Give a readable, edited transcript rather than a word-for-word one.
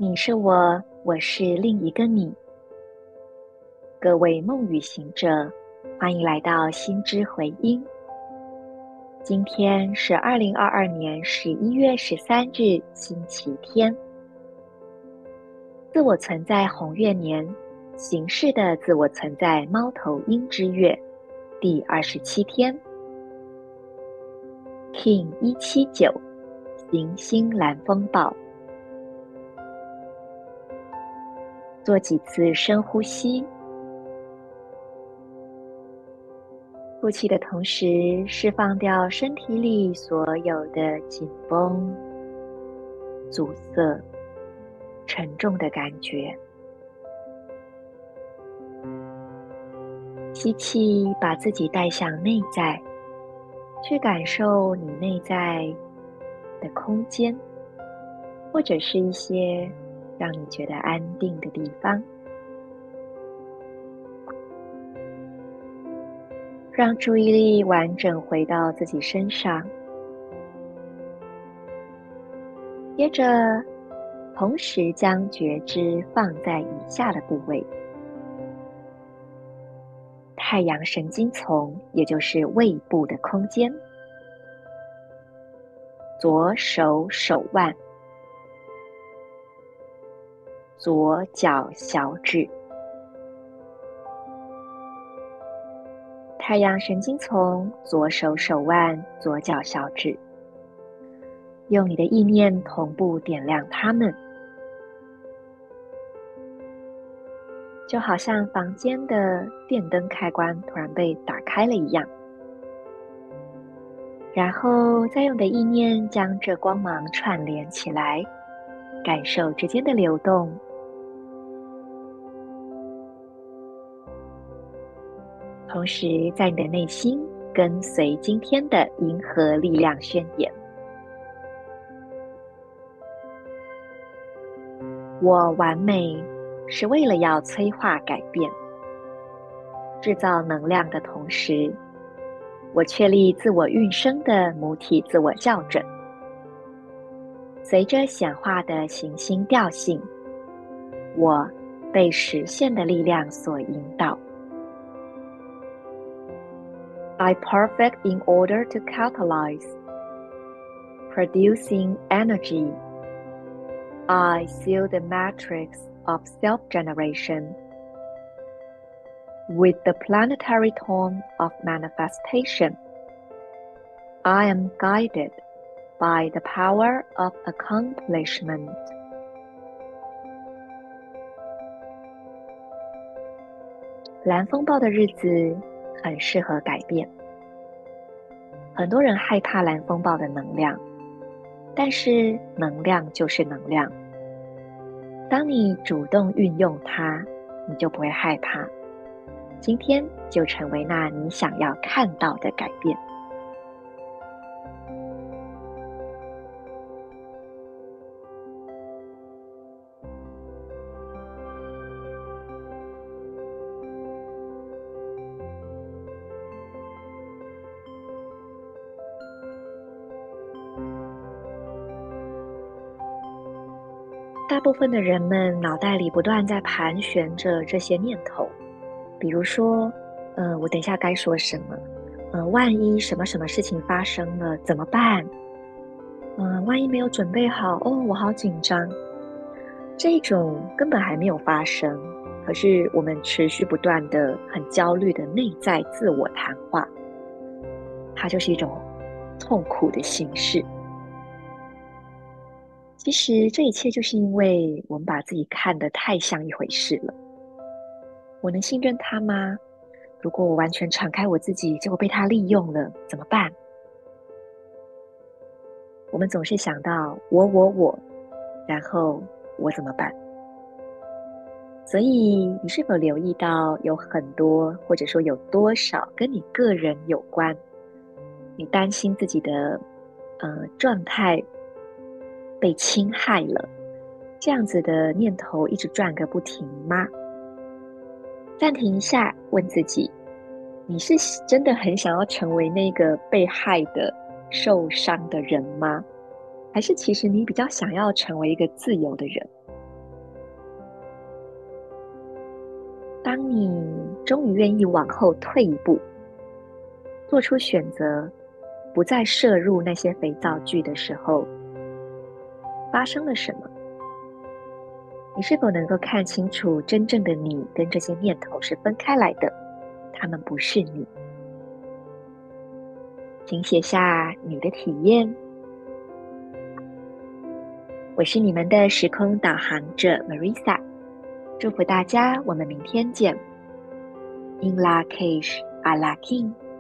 你是我，我是另一个你。各位梦语行者，欢迎来到心之回音。今天是2022年11月13日，星期天。自我存在红月年，形式的自我存在猫头鹰之月，第27天。King 179，行星蓝风暴。做几次深呼吸，呼气的同时，释放掉身体里所有的紧绷、阻塞、沉重的感觉。吸气，把自己带向内在，去感受你内在的空间，或者是一些让你觉得安定的地方。让注意力完整回到自己身上，接着同时将觉知放在以下的部位：太阳神经丛，也就是胃部的空间；左手手腕；左脚小指。太阳神经丛，左手手腕，左脚小指。用你的意念同步点亮它们，就好像房间的电灯开关突然被打开了一样。然后再用你的意念将这光芒串联起来，感受之间的流动。同时在你的内心跟随今天的银河力量宣言：我完美是为了要催化改变，制造能量的同时，我确立自我运生的母体自我校准。随着显化的行星调性，我被实现的力量所引导。I perfect in order to catalyze, producing energy. I seal the matrix of self-generation with the planetary tone of manifestation. I am guided by the power of accomplishment. 蓝风暴的日子很适合改变。很多人害怕蓝风暴的能量，但是能量就是能量。当你主动运用它，你就不会害怕。今天就成为那你想要看到的改变。大部分的人们脑袋里不断在盘旋着这些念头，比如说，我等一下该说什么？万一什么什么事情发生了怎么办？万一没有准备好，我好紧张。这种根本还没有发生，可是我们持续不断的很焦虑的内在自我谈话，它就是一种痛苦的形式。其实这一切就是因为我们把自己看得太像一回事了。我能信任他吗？如果我完全敞开我自己，结果被他利用了，怎么办？我们总是想到我，然后我怎么办？所以你是否留意到有很多，或者说有多少跟你个人有关，你担心自己的状态被侵害了，这样子的念头一直转个不停吗？暂停一下，问自己，你是真的很想要成为那个被害的、受伤的人吗？还是其实你比较想要成为一个自由的人？ 当你终于愿意往后退一步，做出选择，不再摄入那些肥皂剧的时候，发生了什么？你是否能够看清楚真正的你跟这些念头是分开来的，他们不是你。请写下你的体验。我是你们的时空导航者 Marisa， 祝福大家，我们明天见。In la cage, a la king。